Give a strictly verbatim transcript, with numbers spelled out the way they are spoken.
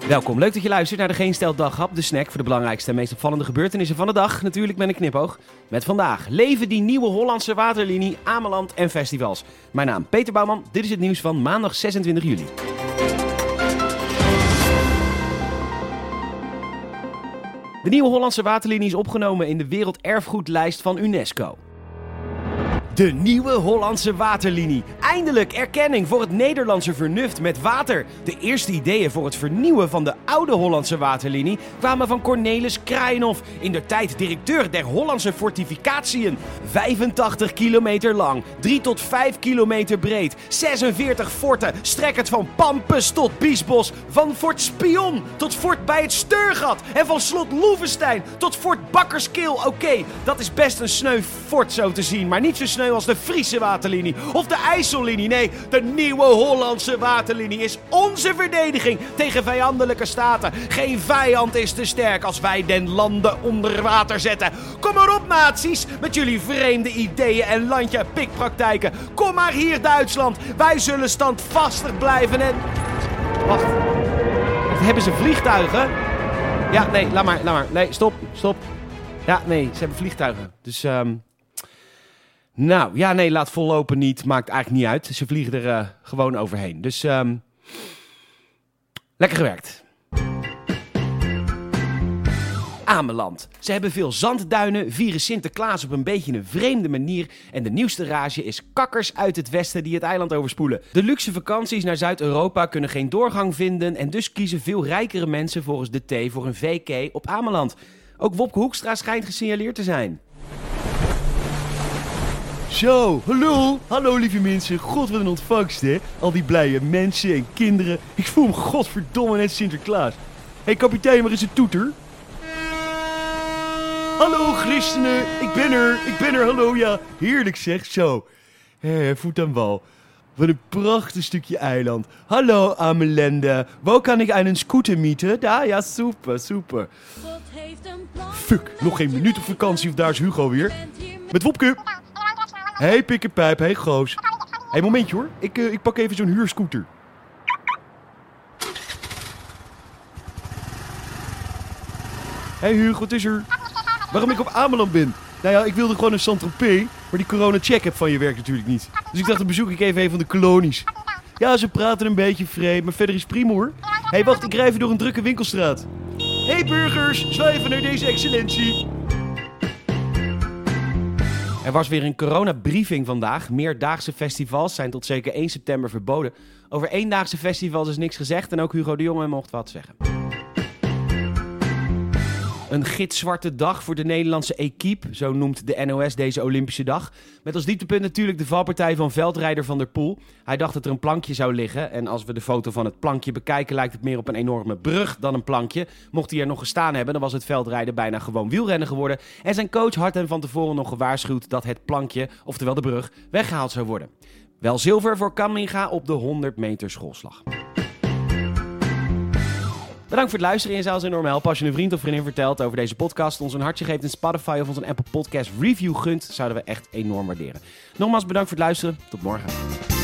Welkom, leuk dat je luistert naar de Geen Stijl Daghap, de snack voor de belangrijkste en meest opvallende gebeurtenissen van de dag. Natuurlijk met een knipoog. Met vandaag, leven die nieuwe Hollandse waterlinie, Ameland en festivals. Mijn naam Peter Bouwman, dit is het nieuws van maandag zesentwintig juli. De nieuwe Hollandse waterlinie is opgenomen in de werelderfgoedlijst van UNESCO. De nieuwe Hollandse waterlinie. Eindelijk erkenning voor het Nederlandse vernuft met water. De eerste ideeën voor het vernieuwen van de oude Hollandse waterlinie kwamen van Cornelis Kraaienhof, indertijd directeur der Hollandse Fortificatiën. vijfentachtig kilometer lang, drie tot vijf kilometer breed, zesenveertig forten, strekkend van Pampus tot Biesbos, van Fort Spion tot Fort bij het Steurgat en van Slot Loevestein tot Fort Bakkerskeel. Oké, okay, dat is best een sneu fort zo te zien, maar niet zo sneu als de Friese waterlinie of de IJssellinie. Nee, de nieuwe Hollandse waterlinie is onze verdediging tegen vijandelijke staten. Geen vijand is te sterk als wij den landen onder water zetten. Kom maar op, naties, met jullie vreemde ideeën en landje-pikpraktijken. Kom maar hier, Duitsland. Wij zullen standvastig blijven en... Wacht. Wacht, hebben ze vliegtuigen? Ja, nee, laat maar, laat maar. Nee, stop, stop. Ja, nee, ze hebben vliegtuigen. Dus, ehm... Um... Nou, ja, nee, laat vollopen niet. Maakt eigenlijk niet uit. Ze vliegen er uh, gewoon overheen. Dus, um, lekker gewerkt. Ameland. Ze hebben veel zandduinen, vieren Sinterklaas op een beetje een vreemde manier en de nieuwste rage is kakkers uit het westen die het eiland overspoelen. De luxe vakanties naar Zuid-Europa kunnen geen doorgang vinden en dus kiezen veel rijkere mensen volgens de T voor een V K op Ameland. Ook Wopke Hoekstra schijnt gesignaleerd te zijn. Zo, hallo, hallo lieve mensen, god wat een ontvangst hè, al die blije mensen en kinderen, ik voel me godverdomme net Sinterklaas. Hé hey, kapitein, waar is de toeter? Hallo christenen, ik ben er, ik ben er, hallo, ja, heerlijk zeg, zo. Hé, voet aan wal, wat een prachtig stukje eiland. Hallo Amelende, waar kan ik aan een scooter mieten? Ja, ja, super, super. Fuck, nog geen minuut op vakantie of daar is Hugo weer. Met Wopke. Hé, hey, pik en pijp, hé, hey, goos. Hé, hey, momentje hoor. Ik, uh, ik pak even zo'n huurscooter. Hé, hey, Hugo, wat is er? Waarom ik op Ameland ben? Nou ja, ik wilde gewoon een Saint-Tropez, maar die corona-check-app van je werkt natuurlijk niet. Dus ik dacht, dan bezoek ik even een van de kolonies. Ja, ze praten een beetje vreemd, maar verder is prima hoor. Hé, hey, wacht, ik rij even door een drukke winkelstraat. Hé, hey, burgers, zwij even naar deze excellentie. Er was weer een coronabriefing vandaag. Meerdaagse festivals zijn tot zeker één september verboden. Over eendaagse festivals is niks gezegd en ook Hugo de Jonge mocht wat zeggen. Een gitzwarte dag voor de Nederlandse equipe, zo noemt de N O S deze Olympische dag. Met als dieptepunt natuurlijk de valpartij van veldrijder Van der Poel. Hij dacht dat er een plankje zou liggen en als we de foto van het plankje bekijken lijkt het meer op een enorme brug dan een plankje. Mocht hij er nog gestaan hebben, dan was het veldrijden bijna gewoon wielrennen geworden. En zijn coach had hem van tevoren nog gewaarschuwd dat het plankje, oftewel de brug, weggehaald zou worden. Wel zilver voor Kamminga op de honderd meter schoolslag. Bedankt voor het luisteren en je zou ons enorm helpen als je een vriend of vriendin vertelt over deze podcast, ons een hartje geeft in Spotify of ons een Apple Podcast review gunt, zouden we echt enorm waarderen. Nogmaals bedankt voor het luisteren, tot morgen.